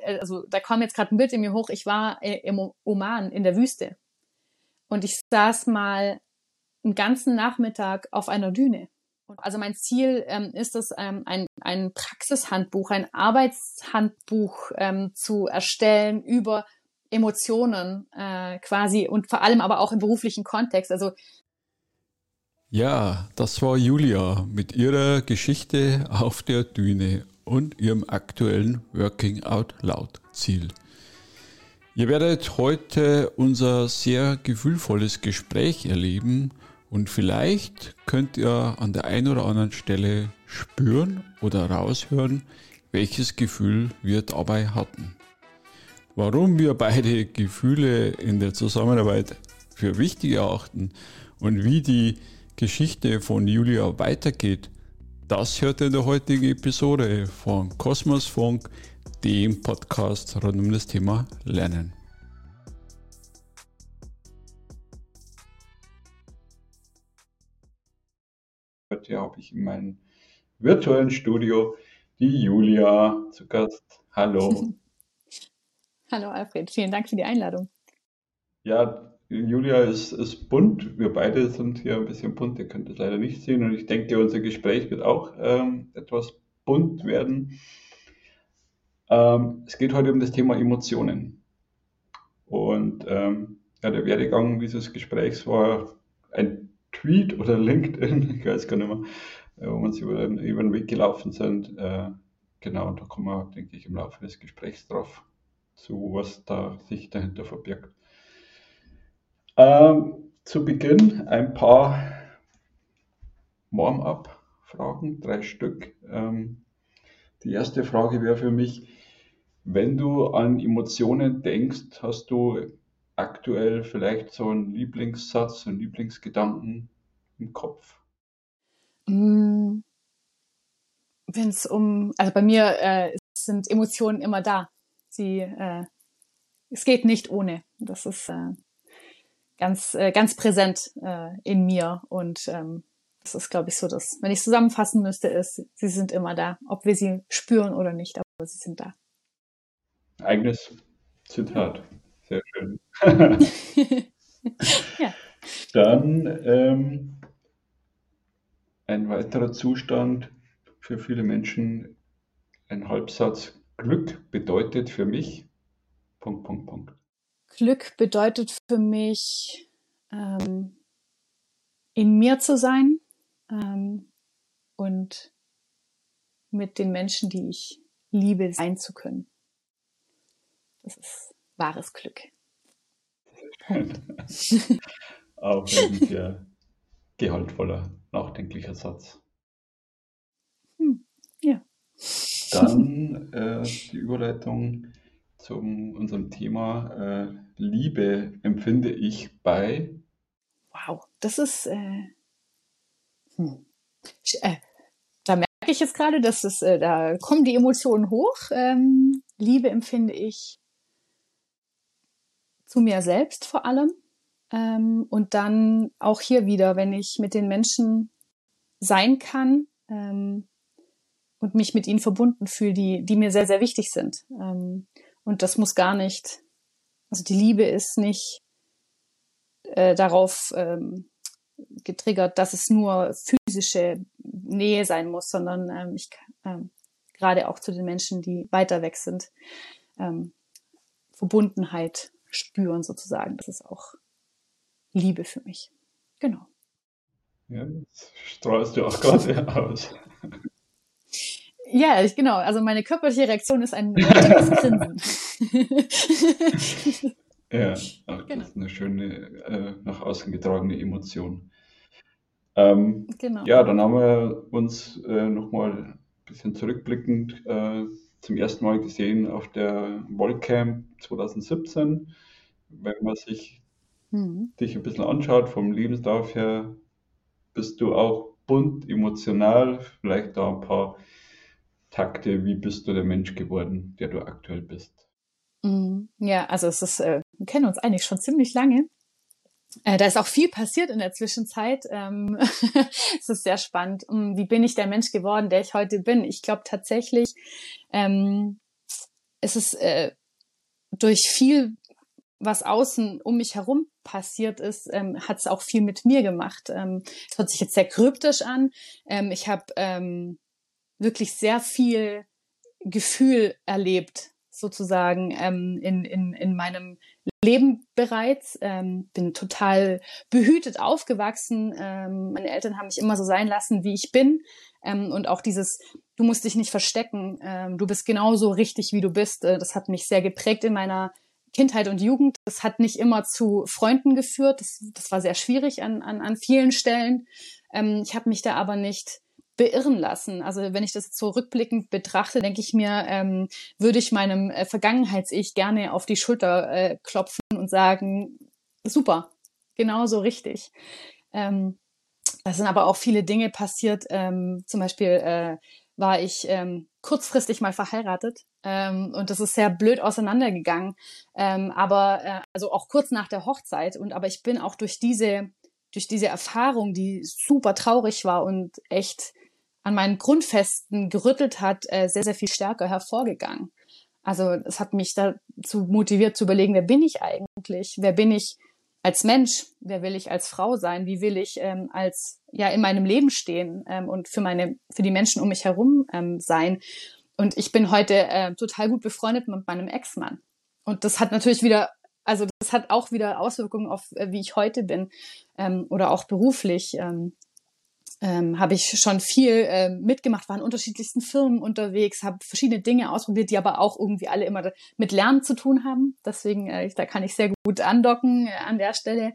also da kam jetzt gerade ein Bild in mir hoch, ich war im Oman in der Wüste und ich saß mal einen ganzen Nachmittag auf einer Düne. Also mein Ziel ist es, ein Praxishandbuch, ein Arbeitshandbuch zu erstellen über Emotionen quasi und vor allem aber auch im beruflichen Kontext. Also Ja, das war Julia mit ihrer Geschichte auf der Düne und ihrem aktuellen Working Out Loud Ziel. Ihr werdet heute unser sehr gefühlvolles Gespräch erleben und vielleicht könnt ihr an der einen oder anderen Stelle spüren oder raushören, welches Gefühl wir dabei hatten. Warum wir beide Gefühle in der Zusammenarbeit für wichtig erachten und wie die Geschichte von Julia weitergeht, das hört ihr in der heutigen Episode von Kosmosfunk, dem Podcast rund um das Thema Lernen. Heute habe ich in meinem virtuellen Studio die Julia zu Gast. Hallo. Hallo Alfred, vielen Dank für die Einladung. Ja, Julia ist bunt. Wir beide sind hier ein bisschen bunt. Ihr könnt es leider nicht sehen. Und ich denke, unser Gespräch wird auch etwas bunt werden. Es geht heute um das Thema Emotionen. Und ja, der Werdegang dieses Gesprächs war ein Tweet oder LinkedIn, ich weiß gar nicht mehr, wo wir uns über den Weg gelaufen sind. Genau, und da kommen wir, denke ich, im Laufe des Gesprächs drauf zu, was da sich dahinter verbirgt. Zu Beginn ein paar Warm-up-Fragen, 3 Stück. Die erste Frage wäre für mich, wenn du an Emotionen denkst, hast du aktuell vielleicht so einen Lieblingssatz, einen Lieblingsgedanken im Kopf? Wenn es also bei mir sind Emotionen immer da. Es geht nicht ohne. Das ist ganz präsent in mir und das ist, glaube ich, so, dass, wenn ich zusammenfassen müsste, ist, sie sind immer da, ob wir sie spüren oder nicht, aber sie sind da. Eigenes Zitat. Sehr schön. Ja. Dann ein weiterer Zustand für viele Menschen, ein Halbsatz. Glück bedeutet für mich. Punkt, Punkt, Punkt. Glück bedeutet für mich, in mir zu sein und mit den Menschen, die ich liebe, sein zu können. Das ist wahres Glück. Punkt. Auch ein sehr gehaltvoller, nachdenklicher Satz. Ja. Dann die Überleitung zu unserem Thema Liebe empfinde ich bei. Wow, das ist da merke ich jetzt gerade, dass da kommen die Emotionen hoch. Liebe empfinde ich zu mir selbst vor allem. Und dann auch hier wieder, wenn ich mit den Menschen sein kann und mich mit ihnen verbunden fühle, die mir sehr, sehr wichtig sind. Und das muss gar nicht, also die Liebe ist nicht darauf getriggert, dass es nur physische Nähe sein muss, sondern ich gerade auch zu den Menschen, die weiter weg sind, Verbundenheit spüren sozusagen. Das ist auch Liebe für mich. Genau. Ja, das strahlst du auch gerade aus. Ja, genau. Also meine körperliche Reaktion ist ein leuchtendes Grinsen. Ja, auch das Genau. ist eine schöne, nach außen getragene Emotion. Genau. Ja, dann haben wir uns nochmal ein bisschen zurückblickend zum ersten Mal gesehen auf der Volcamp 2017. Wenn man sich dich ein bisschen anschaut, vom Lebenslauf her, bist du auch bunt, emotional, vielleicht da ein paar Takte, wie bist du der Mensch geworden, der du aktuell bist? Ja, also wir kennen uns eigentlich schon ziemlich lange. Da ist auch viel passiert in der Zwischenzeit. Es ist sehr spannend. Wie bin ich der Mensch geworden, der ich heute bin? Ich glaube tatsächlich, es ist durch viel, was außen um mich herum passiert ist, hat es auch viel mit mir gemacht. Es hört sich jetzt sehr kryptisch an. Ich habe wirklich sehr viel Gefühl erlebt, sozusagen in meinem Leben bereits. Bin total behütet aufgewachsen. Meine Eltern haben mich immer so sein lassen, wie ich bin. Und auch dieses, du musst dich nicht verstecken. Du bist genauso richtig, wie du bist. Das hat mich sehr geprägt in meiner Kindheit und Jugend. Das hat nicht immer zu Freunden geführt. Das war sehr schwierig an vielen Stellen. Ich habe mich da aber nicht beirren lassen. Also wenn ich das so rückblickend betrachte, denke ich mir, würde ich meinem Vergangenheits-Ich gerne auf die Schulter klopfen und sagen, super, genauso richtig. Da sind aber auch viele Dinge passiert. Zum Beispiel war ich kurzfristig mal verheiratet und das ist sehr blöd auseinandergegangen. Aber also auch kurz nach der Hochzeit. Aber ich bin auch durch diese Erfahrung, die super traurig war und echt an meinen Grundfesten gerüttelt hat, sehr, sehr viel stärker hervorgegangen. Also es hat mich dazu motiviert zu überlegen, wer bin ich eigentlich? Wer bin ich als Mensch? Wer will ich als Frau sein? Wie will ich in meinem Leben stehen und für die Menschen um mich herum sein? Und ich bin heute total gut befreundet mit meinem Ex-Mann. Und das hat natürlich das hat auch wieder Auswirkungen auf, wie ich heute bin oder auch beruflich. Habe ich schon viel mitgemacht, war in unterschiedlichsten Firmen unterwegs, habe verschiedene Dinge ausprobiert, die aber auch irgendwie alle immer mit Lernen zu tun haben. Deswegen, da kann ich sehr gut andocken an der Stelle.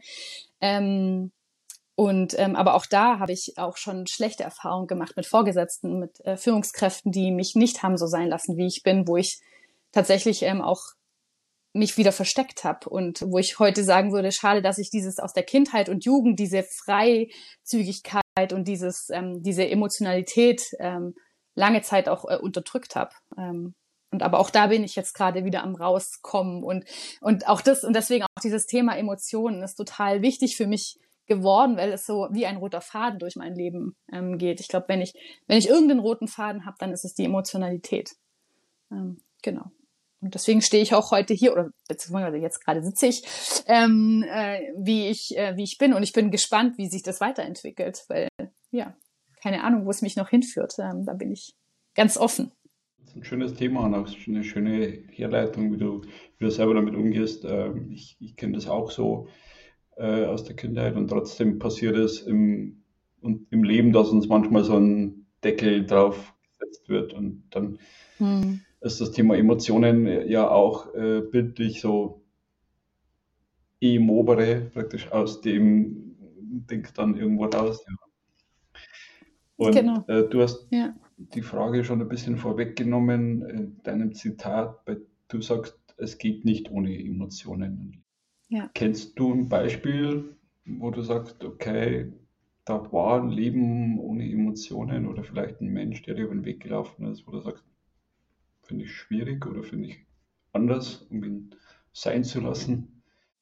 Aber auch da habe ich auch schon schlechte Erfahrungen gemacht mit Vorgesetzten, mit Führungskräften, die mich nicht haben so sein lassen, wie ich bin, wo ich tatsächlich auch mich wieder versteckt habe und wo ich heute sagen würde, schade, dass ich dieses aus der Kindheit und Jugend, diese Freizügigkeit und diese Emotionalität lange Zeit auch unterdrückt habe. Und aber auch da bin ich jetzt gerade wieder am rauskommen und auch das und deswegen auch dieses Thema Emotionen ist total wichtig für mich geworden, weil es so wie ein roter Faden durch mein Leben geht. Ich glaube, wenn ich irgendeinen roten Faden habe, dann ist es die Emotionalität. Genau. Und deswegen stehe ich auch heute hier, oder beziehungsweise jetzt gerade sitze ich, wie ich bin. Und ich bin gespannt, wie sich das weiterentwickelt, weil, ja, keine Ahnung, wo es mich noch hinführt. Da bin ich ganz offen. Das ist ein schönes Thema und auch eine schöne Herleitung, wie du selber damit umgehst. Ich kenne das auch so aus der Kindheit und trotzdem passiert es im Leben, dass uns manchmal so ein Deckel drauf gesetzt wird und dann ist das Thema Emotionen ja auch bildlich so Mobere praktisch aus dem Ding dann irgendwo raus. Ja. Und Genau. du hast die Frage schon ein bisschen vorweggenommen in deinem Zitat, du sagst, es geht nicht ohne Emotionen. Ja. Kennst du ein Beispiel, wo du sagst, okay, da war ein Leben ohne Emotionen oder vielleicht ein Mensch, der dir über den Weg gelaufen ist, wo du sagst, finde ich schwierig oder finde ich anders, um ihn sein zu lassen?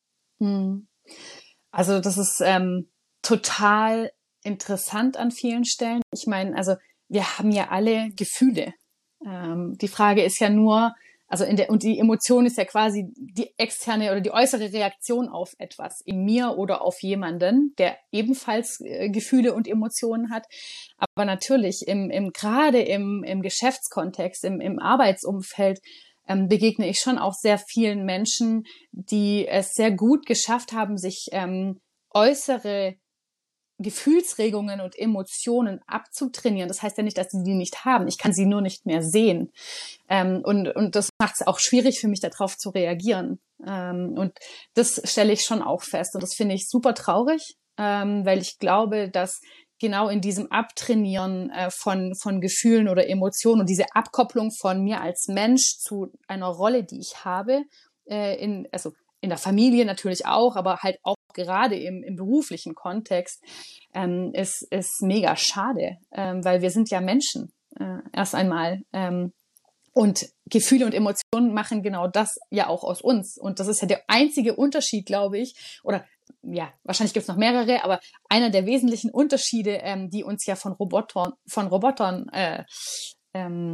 Also das ist total interessant an vielen Stellen. Ich meine, also wir haben ja alle Gefühle. Die Frage ist ja nur, und die Emotion ist ja quasi die externe oder die äußere Reaktion auf etwas in mir oder auf jemanden, der ebenfalls Gefühle und Emotionen hat. Aber natürlich gerade im Geschäftskontext, im Arbeitsumfeld begegne ich schon auch sehr vielen Menschen, die es sehr gut geschafft haben, sich äußere Gefühlsregungen und Emotionen abzutrainieren. Das heißt ja nicht, dass sie die nicht haben. Ich kann sie nur nicht mehr sehen. Und das macht es auch schwierig für mich, darauf zu reagieren. Und das stelle ich schon auch fest. Und das finde ich super traurig, weil ich glaube, dass genau in diesem Abtrainieren von Gefühlen oder Emotionen und diese Abkopplung von mir als Mensch zu einer Rolle, die ich habe, in der Familie natürlich auch, aber halt auch gerade im beruflichen Kontext, ist mega schade, weil wir sind ja Menschen erst einmal. Und Gefühle und Emotionen machen genau das ja auch aus uns. Und das ist ja der einzige Unterschied, glaube ich, oder ja, wahrscheinlich gibt es noch mehrere, aber einer der wesentlichen Unterschiede, die uns ja von Robotern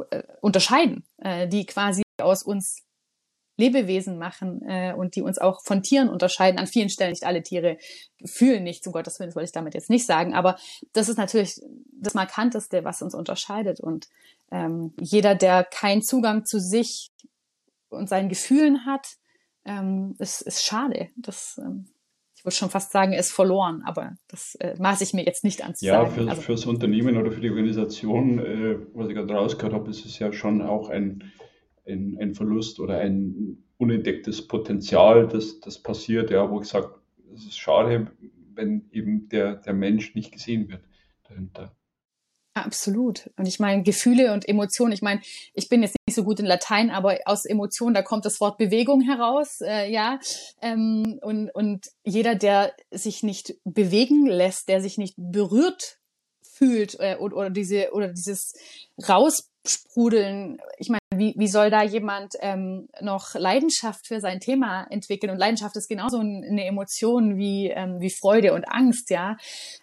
unterscheiden, die quasi aus uns Lebewesen machen und die uns auch von Tieren unterscheiden. An vielen Stellen, nicht alle Tiere fühlen nichts, um Gottes Willen, das wollte ich damit jetzt nicht sagen, aber das ist natürlich das Markanteste, was uns unterscheidet. Und jeder, der keinen Zugang zu sich und seinen Gefühlen hat, ist schade. Ich würde schon fast sagen, er ist verloren, aber das maße ich mir jetzt nicht an zu sagen. Ja, fürs Unternehmen oder für die Organisation, was ich gerade rausgehört habe, ist es ja schon auch ein Verlust oder ein unentdecktes Potenzial, das passiert, ja, wo ich sage, es ist schade, wenn eben der Mensch nicht gesehen wird dahinter. Absolut. Und ich meine, Gefühle und Emotionen, ich meine, ich bin jetzt nicht so gut in Latein, aber aus Emotionen, da kommt das Wort Bewegung heraus, ja. Und jeder, der sich nicht bewegen lässt, der sich nicht berührt fühlt oder dieses Raussprudeln, ich meine, wie soll da jemand noch Leidenschaft für sein Thema entwickeln? Und Leidenschaft ist genauso eine Emotion wie Freude und Angst, ja.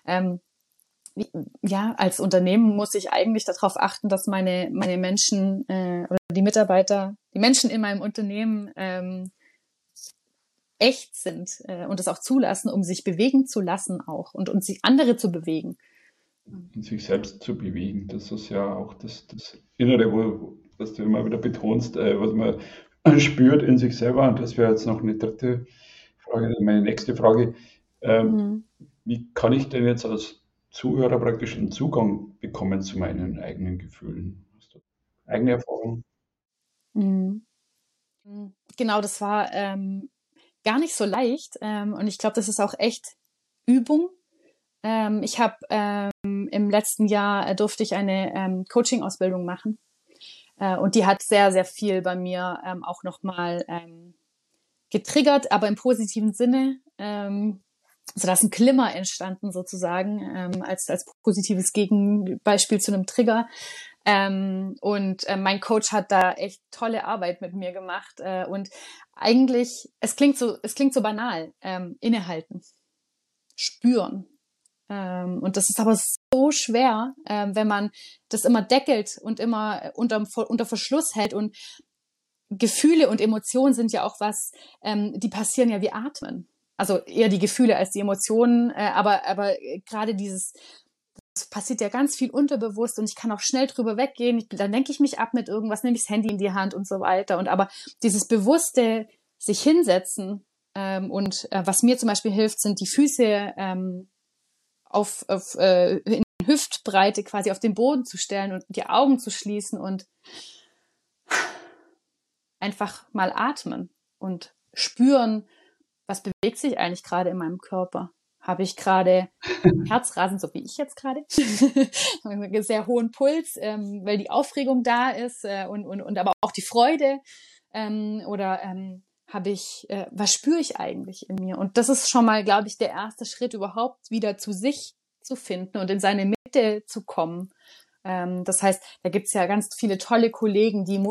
Ja, als Unternehmen muss ich eigentlich darauf achten, dass meine Menschen oder die Mitarbeiter, die Menschen in meinem Unternehmen echt sind und es auch zulassen, um sich bewegen zu lassen auch und sich andere zu bewegen. Und sich selbst zu bewegen, das ist ja auch das Innere, was du immer wieder betonst, was man spürt in sich selber. Und das wäre jetzt noch eine dritte Frage, meine nächste Frage. Wie kann ich denn jetzt als Zuhörer praktisch einen Zugang bekommen zu meinen eigenen Gefühlen? Hast du eigene Erfahrungen? Genau, das war gar nicht so leicht und ich glaube, das ist auch echt Übung. Ich habe im letzten Jahr durfte ich eine Coaching-Ausbildung machen und die hat sehr, sehr viel bei mir auch nochmal getriggert, aber im positiven Sinne. Also da ist ein Glimmer entstanden sozusagen als positives Gegenbeispiel zu einem Trigger. Und mein Coach hat da echt tolle Arbeit mit mir gemacht. Und eigentlich, es klingt so banal, innehalten, spüren. Und das ist aber so schwer, wenn man das immer deckelt und immer unter Verschluss hält. Und Gefühle und Emotionen sind ja auch was, die passieren ja wie Atmen. Also eher die Gefühle als die Emotionen, aber gerade das passiert ja ganz viel unterbewusst und ich kann auch schnell drüber weggehen. Dann lenke ich mich ab mit irgendwas, nehme ich das Handy in die Hand und so weiter. Und aber dieses bewusste sich hinsetzen und was mir zum Beispiel hilft, sind die Füße in Hüftbreite quasi auf den Boden zu stellen und die Augen zu schließen und einfach mal atmen und spüren, was bewegt sich eigentlich gerade in meinem Körper? Habe ich gerade Herzrasen, so wie ich jetzt gerade, einen sehr hohen Puls, weil die Aufregung da ist und aber auch die Freude habe ich, was spüre ich eigentlich in mir? Und das ist schon mal, glaube ich, der erste Schritt überhaupt wieder zu sich zu finden und in seine Mitte zu kommen. Das heißt, da gibt es ja ganz viele tolle Kollegen, die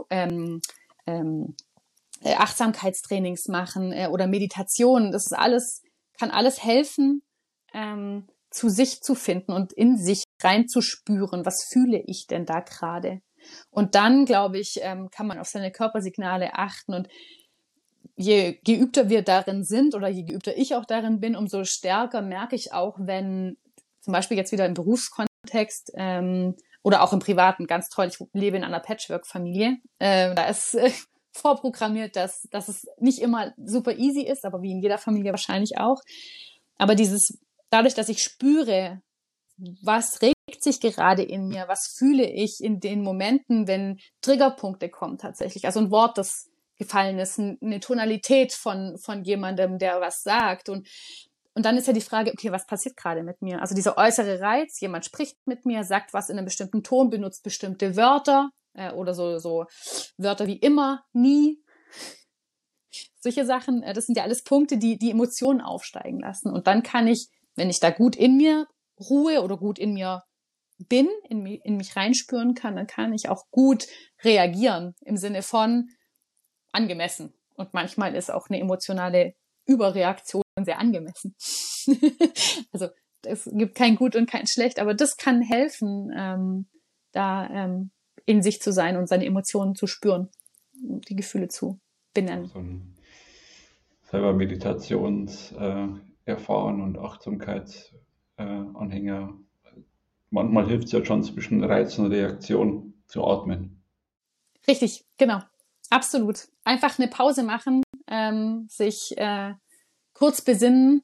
Achtsamkeitstrainings machen oder Meditationen. Das ist kann alles helfen, zu sich zu finden und in sich reinzuspüren. Was fühle ich denn da gerade? Und dann, glaube ich, kann man auf seine Körpersignale achten. Und je geübter wir darin sind oder je geübter ich auch darin bin, umso stärker merke ich auch, wenn zum Beispiel jetzt wieder im Berufskontext oder auch im Privaten, ganz toll, ich lebe in einer Patchwork-Familie, da ist vorprogrammiert, dass es nicht immer super easy ist, aber wie in jeder Familie wahrscheinlich auch. Aber dadurch, dass ich spüre, was regt sich gerade in mir, was fühle ich in den Momenten, wenn Triggerpunkte kommen tatsächlich. Also ein Wort, das gefallen ist, eine Tonalität von jemandem, der was sagt. Und dann ist ja die Frage, okay, was passiert gerade mit mir? Also dieser äußere Reiz, jemand spricht mit mir, sagt was in einem bestimmten Ton, benutzt bestimmte Wörter, oder so Wörter wie immer, nie, solche Sachen, das sind ja alles Punkte, die Emotionen aufsteigen lassen. Und dann kann ich, wenn ich da gut in mir ruhe oder gut in mir bin, in mich reinspüren kann, dann kann ich auch gut reagieren im Sinne von angemessen. Und manchmal ist auch eine emotionale Überreaktion sehr angemessen. Also es gibt kein Gut und kein Schlecht, aber das kann helfen, da in sich zu sein und seine Emotionen zu spüren, die Gefühle zu benennen. So ein selber Meditationserfahren und Achtsamkeitsanhänger. Manchmal hilft es ja schon, zwischen Reiz und Reaktion zu atmen. Richtig, genau. Absolut. Einfach eine Pause machen, sich kurz besinnen,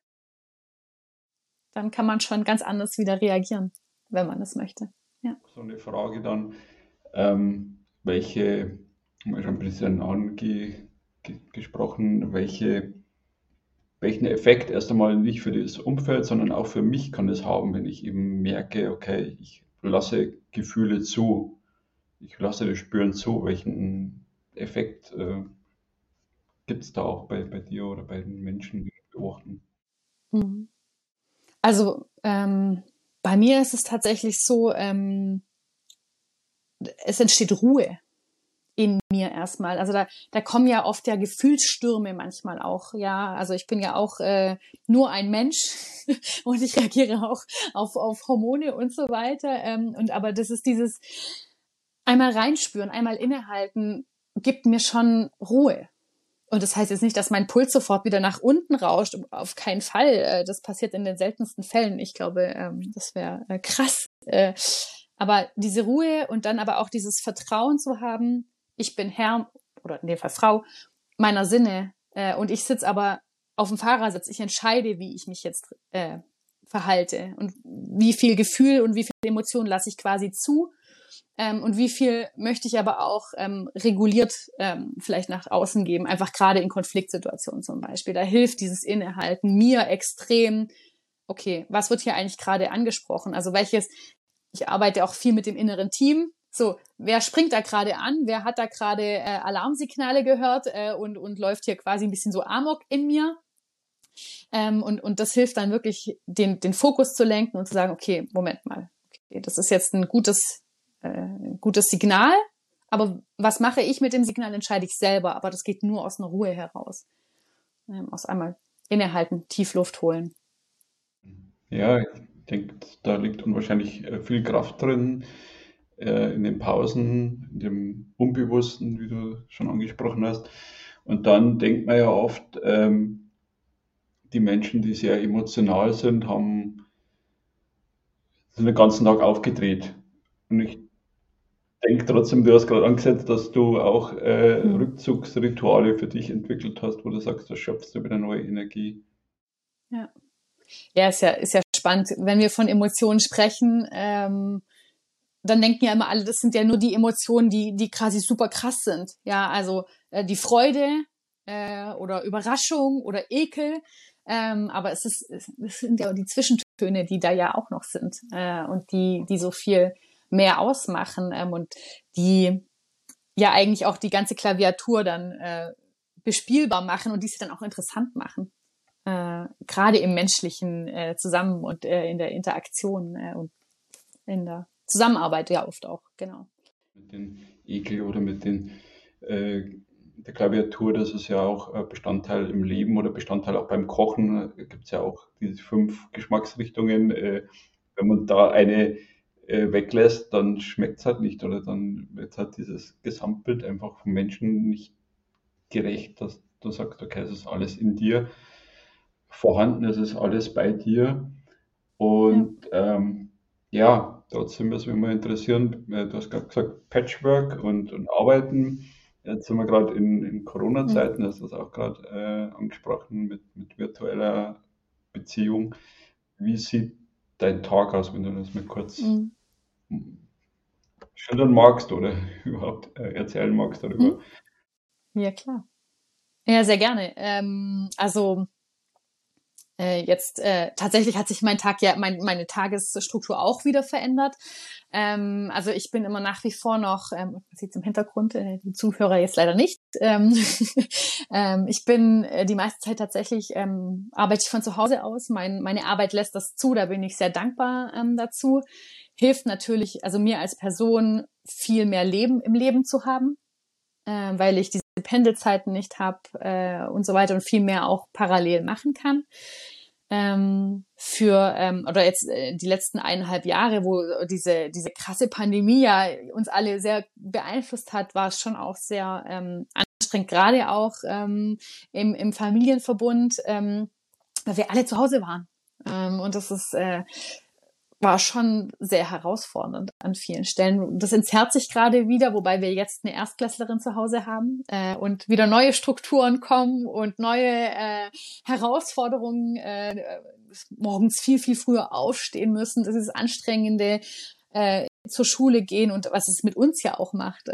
dann kann man schon ganz anders wieder reagieren, wenn man das möchte. Ja. So eine Frage dann, welche, haben wir schon ein bisschen angesprochen, welchen Effekt erst einmal nicht für das Umfeld, sondern auch für mich kann das haben, wenn ich eben merke, okay, ich lasse Gefühle zu, ich lasse das Spüren zu, welchen Effekt gibt es da auch bei dir oder bei den Menschen, die wir beobachten? Also bei mir ist es tatsächlich so, es entsteht Ruhe in mir erstmal. Also da kommen ja oft ja Gefühlsstürme manchmal auch. Ja, also ich bin ja auch nur ein Mensch und ich reagiere auch auf Hormone und so weiter. Aber das ist dieses einmal reinspüren, einmal innehalten, gibt mir schon Ruhe. Und das heißt jetzt nicht, dass mein Puls sofort wieder nach unten rauscht. Auf keinen Fall. Das passiert in den seltensten Fällen. Ich glaube, das wäre krass. Aber diese Ruhe und dann aber auch dieses Vertrauen zu haben, ich bin Herr, oder in dem Fall Frau, meiner Sinne. Und ich sitze aber auf dem Fahrersitz. Ich entscheide, wie ich mich jetzt verhalte. Und wie viel Gefühl und wie viel Emotionen lasse ich quasi zu. Und wie viel möchte ich aber auch reguliert vielleicht nach außen geben, einfach gerade in Konfliktsituationen zum Beispiel. Da hilft dieses Innehalten mir extrem, okay, was wird hier eigentlich gerade angesprochen? Also ich arbeite auch viel mit dem inneren Team. So, wer springt da gerade an? Wer hat da gerade Alarmsignale gehört und läuft hier quasi ein bisschen so Amok in mir? Und das hilft dann wirklich, den Fokus zu lenken und zu sagen, okay, Moment mal, okay, das ist jetzt ein gutes Signal, aber was mache ich mit dem Signal, entscheide ich selber, aber das geht nur aus einer Ruhe heraus. Aus einmal innehalten, Tiefluft holen. Ja, ich denke, da liegt unwahrscheinlich viel Kraft drin, in den Pausen, in dem Unbewussten, wie du schon angesprochen hast. Und dann denkt man ja oft, die Menschen, die sehr emotional sind, sind den ganzen Tag aufgedreht. Und ich denke trotzdem, du hast gerade angesetzt, dass du auch Rückzugsrituale für dich entwickelt hast, wo du sagst, da schöpfst du wieder neue Energie. Ja, ja, ist ja spannend. Wenn wir von Emotionen sprechen, dann denken ja immer alle, das sind ja nur die Emotionen, die quasi super krass sind. Ja, also die Freude oder Überraschung oder Ekel. Aber es sind ja die Zwischentöne, die da ja auch noch sind und die so viel mehr ausmachen und die ja eigentlich auch die ganze Klaviatur dann bespielbar machen und die sie dann auch interessant machen. Gerade im menschlichen Zusammen und in der Interaktion und in der Zusammenarbeit ja oft auch, genau. Mit den Ekel oder mit der Klaviatur, das ist ja auch Bestandteil im Leben oder Bestandteil auch beim Kochen. Gibt es ja auch diese 5 Geschmacksrichtungen. Wenn man da eine weglässt, dann schmeckt es halt nicht oder dann wird halt dieses Gesamtbild einfach vom Menschen nicht gerecht, dass du sagst, okay, es ist alles in dir vorhanden, es ist alles bei dir. Und ja, trotzdem würde es mich mal interessieren, du hast gerade gesagt, Patchwork und Arbeiten. Jetzt sind wir gerade in Corona-Zeiten, hast du das auch gerade angesprochen mit virtueller Beziehung. Wie sieht dein Tag aus, wenn du das mal kurz schildern magst oder überhaupt erzählen magst darüber? Ja, klar. Ja, sehr gerne. Also jetzt tatsächlich hat sich mein Tag meine Tagesstruktur auch wieder verändert. Also ich bin immer nach wie vor noch, man sieht es im Hintergrund, die Zuhörer jetzt leider nicht. Ich bin die meiste Zeit tatsächlich, arbeite ich von zu Hause aus. Meine Arbeit lässt das zu, da bin ich sehr dankbar dazu. Hilft natürlich, also mir als Person viel mehr Leben im Leben zu haben, weil ich diese Pendelzeiten nicht habe und so weiter und viel mehr auch parallel machen kann. oder jetzt die letzten 1,5 Jahre, wo diese krasse Pandemie ja uns alle sehr beeinflusst hat, war es schon auch sehr anstrengend, gerade auch im Familienverbund, weil wir alle zu Hause waren. Und das war schon sehr herausfordernd an vielen Stellen. Das entzerrt sich gerade wieder, wobei wir jetzt eine Erstklässlerin zu Hause haben und wieder neue Strukturen kommen und neue Herausforderungen, morgens viel, viel früher aufstehen müssen. Das ist das Anstrengende, zur Schule gehen und was es mit uns ja auch macht,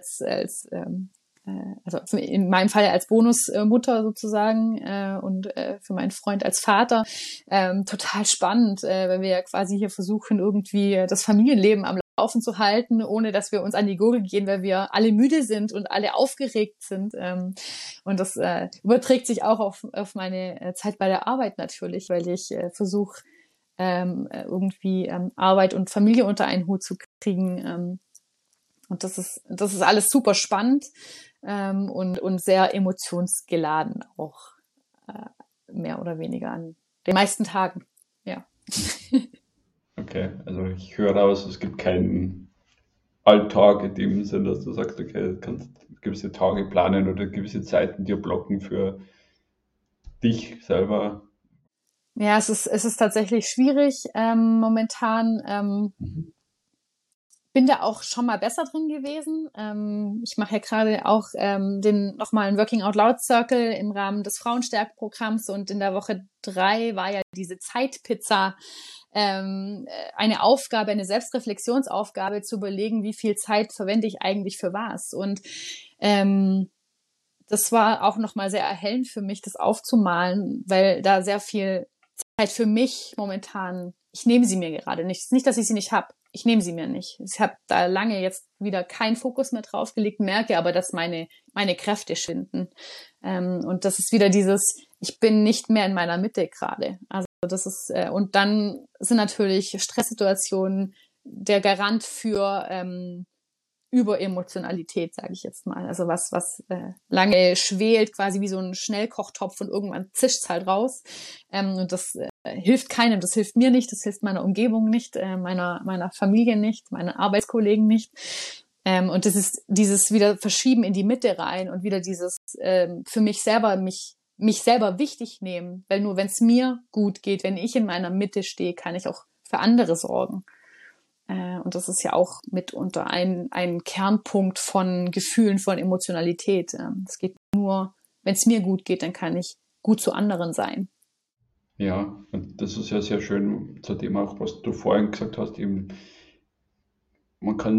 also in meinem Fall als Bonusmutter sozusagen und für meinen Freund als Vater total spannend, weil wir ja quasi hier versuchen, irgendwie das Familienleben am Laufen zu halten, ohne dass wir uns an die Gurgel gehen, weil wir alle müde sind und alle aufgeregt sind. Und das überträgt sich auch auf meine Zeit bei der Arbeit natürlich, weil ich versuche, irgendwie Arbeit und Familie unter einen Hut zu kriegen. Und das ist alles super spannend und sehr emotionsgeladen auch mehr oder weniger an den meisten Tagen. Ja. Okay, also ich höre raus, es gibt keinen Alltag in dem Sinn, dass du sagst, okay, du kannst gewisse Tage planen oder gewisse Zeiten dir blocken für dich selber. Ja, es ist tatsächlich schwierig momentan. Bin da auch schon mal besser drin gewesen. Ich mache ja gerade auch nochmal einen Working Out Loud Circle im Rahmen des Frauenstärk-Programms und in der Woche 3 war ja diese Zeitpizza eine Aufgabe, eine Selbstreflexionsaufgabe zu überlegen, wie viel Zeit verwende ich eigentlich für was. Und das war auch nochmal sehr erhellend für mich, das aufzumalen, weil da sehr viel Zeit für mich momentan, ich nehme sie mir gerade nicht. Es ist nicht, dass ich sie nicht habe. Ich nehme sie mir nicht. Ich habe da lange jetzt wieder keinen Fokus mehr drauf gelegt, merke aber, dass meine Kräfte schwinden. Und das ist wieder ich bin nicht mehr in meiner Mitte gerade. Also das ist, und dann sind natürlich Stresssituationen der Garant für Überemotionalität, sage ich jetzt mal. Also was lange schwelt, quasi wie so ein Schnellkochtopf und irgendwann zischt's halt raus. Und das hilft keinem, das hilft mir nicht, das hilft meiner Umgebung nicht, meiner Familie nicht, meinen Arbeitskollegen nicht. Und das ist dieses wieder Verschieben in die Mitte rein und wieder dieses für mich selber mich selber wichtig nehmen, weil nur wenn es mir gut geht, wenn ich in meiner Mitte stehe, kann ich auch für andere sorgen. Und das ist ja auch mitunter ein Kernpunkt von Gefühlen, von Emotionalität. Es geht nur, wenn es mir gut geht, dann kann ich gut zu anderen sein. Ja, und das ist ja sehr schön zu dem auch, was du vorhin gesagt hast, eben, man kann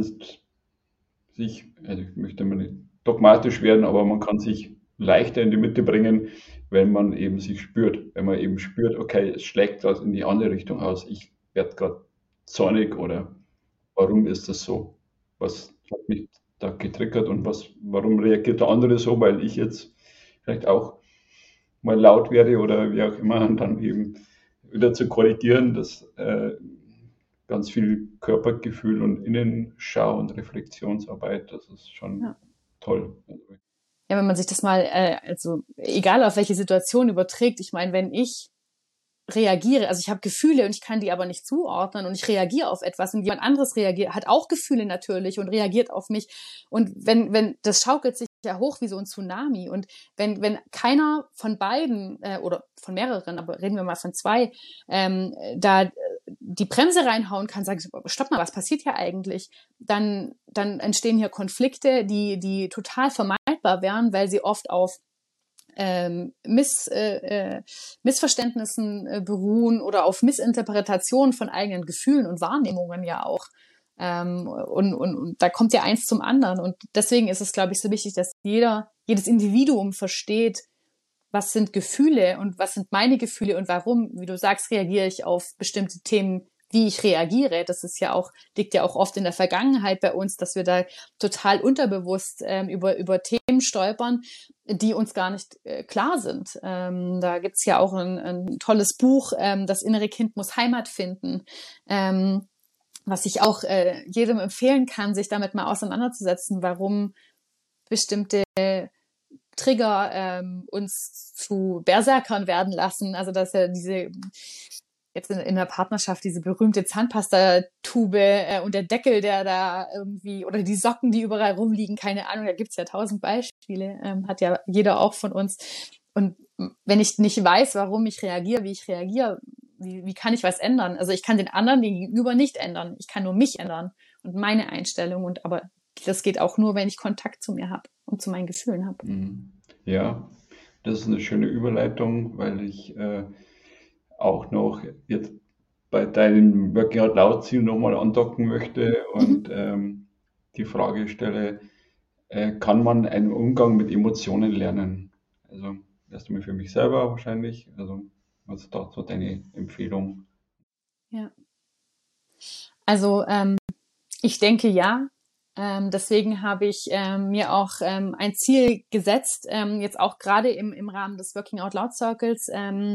sich, also ich möchte mal nicht dogmatisch werden, aber man kann sich leichter in die Mitte bringen, wenn man eben sich spürt, wenn man eben spürt, okay, es schlägt was in die andere Richtung aus, ich werde gerade zornig oder warum ist das so? Was hat mich da getriggert und warum reagiert der andere so, weil ich jetzt vielleicht auch mal laut werde oder wie auch immer und dann eben wieder zu korrigieren, das ganz viel Körpergefühl und Innenschau und Reflexionsarbeit, das ist schon toll. Ja, wenn man sich das mal, also egal auf welche Situation überträgt, ich meine, wenn ich reagiere, also ich habe Gefühle und ich kann die aber nicht zuordnen und ich reagiere auf etwas und jemand anderes hat auch Gefühle natürlich und reagiert auf mich und wenn das schaukelt sich ja hoch wie so ein Tsunami und wenn keiner von beiden oder von mehreren, aber reden wir mal von 2, da die Bremse reinhauen kann, sagen, stopp mal, was passiert hier eigentlich? Dann entstehen hier Konflikte, die total vermeidbar wären, weil sie oft auf Missverständnissen beruhen oder auf Missinterpretationen von eigenen Gefühlen und Wahrnehmungen ja auch. Und da kommt ja eins zum anderen. Und deswegen ist es, glaube ich, so wichtig, dass jedes Individuum versteht, was sind Gefühle und was sind meine Gefühle und warum, wie du sagst, reagiere ich auf bestimmte Themen, wie ich reagiere. Das ist ja auch, liegt ja auch oft in der Vergangenheit bei uns, dass wir da total unterbewusst über Themen stolpern, die uns gar nicht klar sind. Da gibt's ja auch ein tolles Buch, Das innere Kind muss Heimat finden, was ich auch jedem empfehlen kann, sich damit mal auseinanderzusetzen, warum bestimmte Trigger uns zu Berserkern werden lassen. Also dass ja jetzt in der Partnerschaft diese berühmte Zahnpastatube und der Deckel, der da irgendwie, oder die Socken, die überall rumliegen, keine Ahnung, da gibt's ja 1000 Beispiele, hat ja jeder auch von uns. Und wenn ich nicht weiß, warum ich reagiere, wie ich reagiere, wie kann ich was ändern? Also ich kann den anderen, den Gegenüber nicht ändern. Ich kann nur mich ändern und meine Einstellung. Aber das geht auch nur, wenn ich Kontakt zu mir habe und zu meinen Gefühlen habe. Ja, das ist eine schöne Überleitung, weil ich auch noch jetzt bei deinem Working Out Loud Ziel nochmal andocken möchte und die Frage stelle, kann man einen Umgang mit Emotionen lernen? Also erst einmal für mich selber wahrscheinlich. Also was ist da so deine Empfehlung? Ja. Also ich denke ja. Deswegen habe ich mir auch ein Ziel gesetzt, jetzt auch gerade im Rahmen des Working Out Loud Circles,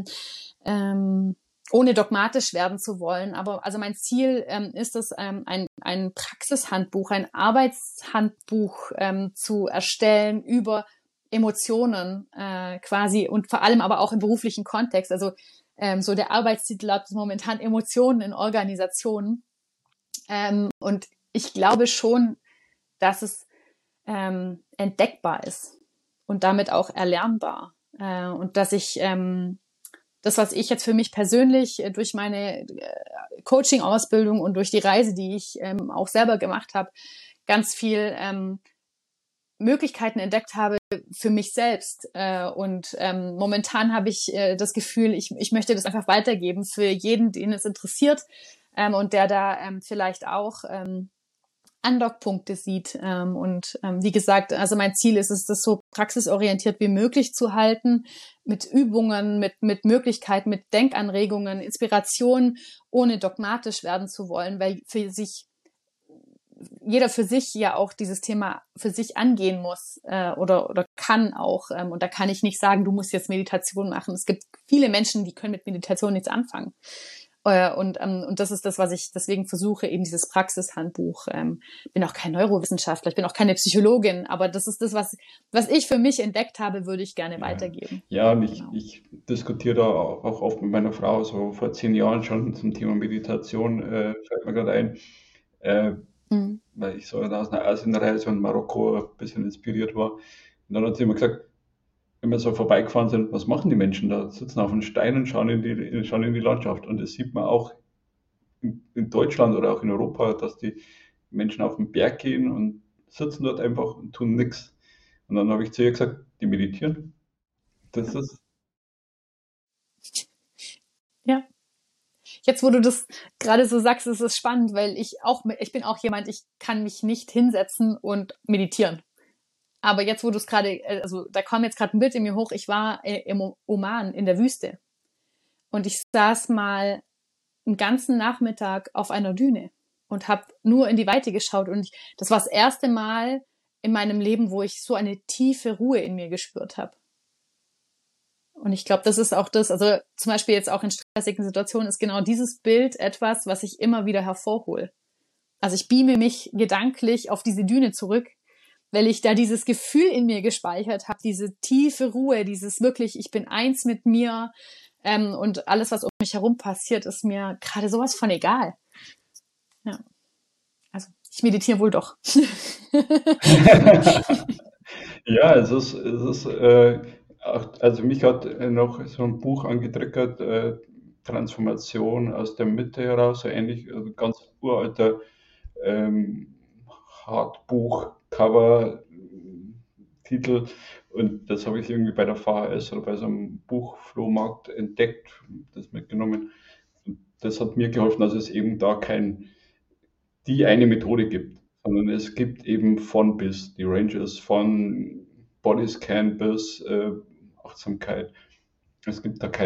ohne dogmatisch werden zu wollen. Aber also mein Ziel ist es, ein Praxishandbuch, ein Arbeitshandbuch zu erstellen über Emotionen quasi und vor allem aber auch im beruflichen Kontext. Also so der Arbeitstitel lautet momentan Emotionen in Organisationen. Und ich glaube schon, dass es entdeckbar ist und damit auch erlernbar. Und dass ich das, was ich jetzt für mich persönlich durch meine Coaching-Ausbildung und durch die Reise, die ich auch selber gemacht habe, ganz viel Möglichkeiten entdeckt habe für mich selbst. Und momentan habe ich das Gefühl, ich möchte das einfach weitergeben für jeden, den es interessiert und der da vielleicht auch Andockpunkte sieht. Und wie gesagt, also mein Ziel ist es, das so praxisorientiert wie möglich zu halten, mit Übungen, mit Möglichkeiten, mit Denkanregungen, Inspirationen, ohne dogmatisch werden zu wollen, weil jeder für sich ja auch dieses Thema für sich angehen muss oder kann auch. Und da kann ich nicht sagen, du musst jetzt Meditation machen. Es gibt viele Menschen, die können mit Meditation nichts anfangen. Und das ist das, was ich deswegen versuche, eben dieses Praxishandbuch. Bin auch kein Neurowissenschaftler, ich bin auch keine Psychologin, aber das ist das, was ich für mich entdeckt habe, würde ich gerne weitergeben. Ja, und ich diskutiere da auch oft mit meiner Frau, so vor 10 Jahren schon zum Thema Meditation, fällt mir gerade ein, weil ich so aus einer Asienreise in Marokko ein bisschen inspiriert war. Und dann hat sie immer gesagt, wenn wir so vorbeigefahren sind, was machen die Menschen da? Sitzen auf einem Stein und schauen in die Landschaft. Und das sieht man auch in Deutschland oder auch in Europa, dass die Menschen auf den Berg gehen und sitzen dort einfach und tun nichts. Und dann habe ich zu ihr gesagt, die meditieren. Das ist. Ja. Jetzt, wo du das gerade so sagst, ist es spannend, weil ich bin auch jemand, ich kann mich nicht hinsetzen und meditieren. Aber jetzt, wo du es gerade, also da kam jetzt gerade ein Bild in mir hoch, ich war im Oman in der Wüste und ich saß mal einen ganzen Nachmittag auf einer Düne und habe nur in die Weite geschaut und das war das erste Mal in meinem Leben, wo ich so eine tiefe Ruhe in mir gespürt habe. Und ich glaube, das ist auch das, also zum Beispiel jetzt auch in stressigen Situationen ist genau dieses Bild etwas, was ich immer wieder hervorhole. Also ich beame mich gedanklich auf diese Düne zurück, weil ich da dieses Gefühl in mir gespeichert habe, diese tiefe Ruhe, dieses wirklich, ich bin eins mit mir und alles, was um mich herum passiert, ist mir gerade sowas von egal. Ja, also ich meditiere wohl doch. Ja, also mich hat noch so ein Buch angetriggert, Transformation aus der Mitte heraus, so ähnlich, also ganz uralter Hardbuch-Cover, Titel, und das habe ich irgendwie bei der VHS oder bei so einem Buchflohmarkt entdeckt, das mitgenommen. Und das hat mir geholfen, dass es eben da die eine Methode gibt, sondern es gibt eben von bis die Ranges, von Bodyscan bis Achtsamkeit. Es gibt da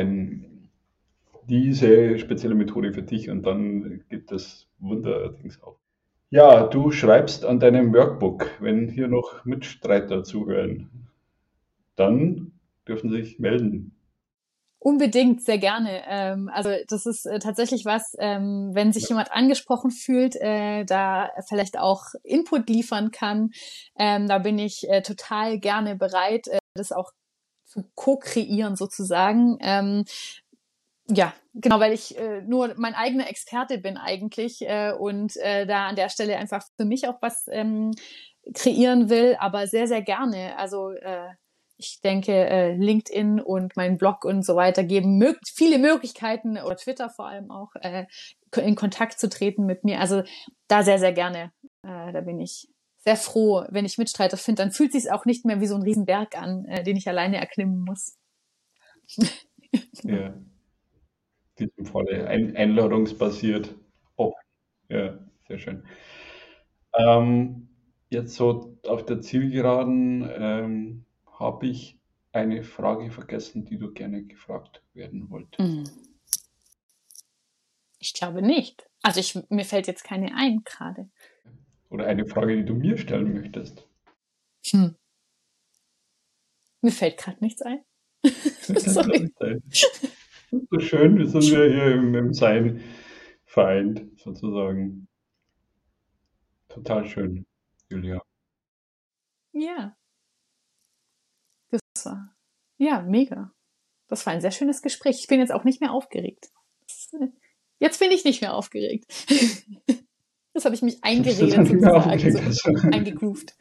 diese spezielle Methode für dich und dann gibt es Wunderdings auch. Ja, du schreibst an deinem Workbook. Wenn hier noch Mitstreiter zuhören, dann dürfen sie sich melden. Unbedingt, sehr gerne. Also das ist tatsächlich was, wenn sich jemand angesprochen fühlt, da vielleicht auch Input liefern kann, da bin ich total gerne bereit, das auch zu co-kreieren sozusagen. Ja, genau, weil ich nur mein eigener Experte bin eigentlich und da an der Stelle einfach für mich auch was kreieren will, aber sehr, sehr gerne. Also ich denke, LinkedIn und mein Blog und so weiter geben viele Möglichkeiten, oder Twitter vor allem auch, in Kontakt zu treten mit mir. Also da sehr, sehr gerne. Da bin ich sehr froh, wenn ich Mitstreiter finde. Dann fühlt es sich auch nicht mehr wie so ein Riesenberg an, den ich alleine erklimmen muss. Ja, in diesem Falle einladungsbasiert. Oh, ja, sehr schön. Jetzt so auf der Zielgeraden habe ich eine Frage vergessen, die du gerne gefragt werden wolltest. Ich glaube nicht. Also mir fällt jetzt keine ein gerade. Oder eine Frage, die du mir stellen möchtest. Mir fällt gerade nichts ein. Sorry. Das ist so schön, wir sind ja hier im Sein vereint, sozusagen. Total schön, Julia. Ja. Das war, ja, mega. Das war ein sehr schönes Gespräch. Ich bin jetzt auch nicht mehr aufgeregt. Jetzt bin ich nicht mehr aufgeregt. Das habe ich mich eingeredet sozusagen, so eingegroovt.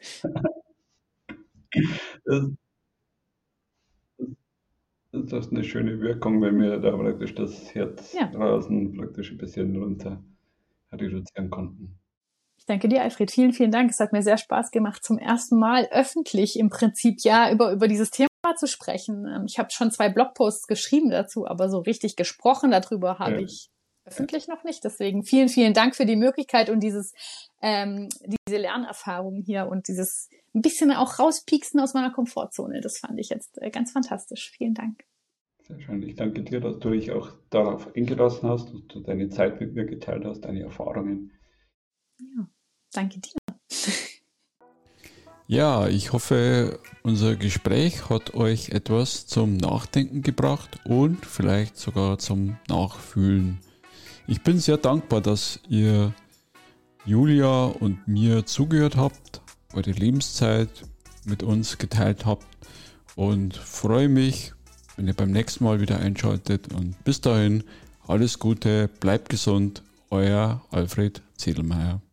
Das ist eine schöne Wirkung, wenn wir da praktisch das Herz draußen praktisch ein bisschen runter reduzieren konnten. Ich danke dir, Alfred. Vielen, vielen Dank. Es hat mir sehr Spaß gemacht, zum ersten Mal öffentlich im Prinzip über dieses Thema zu sprechen. Ich habe schon 2 Blogposts geschrieben dazu, aber so richtig gesprochen darüber habe ich öffentlich noch nicht. Deswegen vielen, vielen Dank für die Möglichkeit und diese Lernerfahrung hier und dieses ein bisschen auch rauspieksen aus meiner Komfortzone. Das fand ich jetzt ganz fantastisch. Vielen Dank. Sehr schön. Ich danke dir, dass du dich auch darauf eingelassen hast, dass du deine Zeit mit mir geteilt hast, deine Erfahrungen. Ja, danke dir. Ja, ich hoffe, unser Gespräch hat euch etwas zum Nachdenken gebracht und vielleicht sogar zum Nachfühlen. Ich bin sehr dankbar, dass ihr Julia und mir zugehört habt, eure Lebenszeit mit uns geteilt habt und freue mich, wenn ihr beim nächsten Mal wieder einschaltet. Und bis dahin, alles Gute, bleibt gesund, euer Alfred Zedelmeier.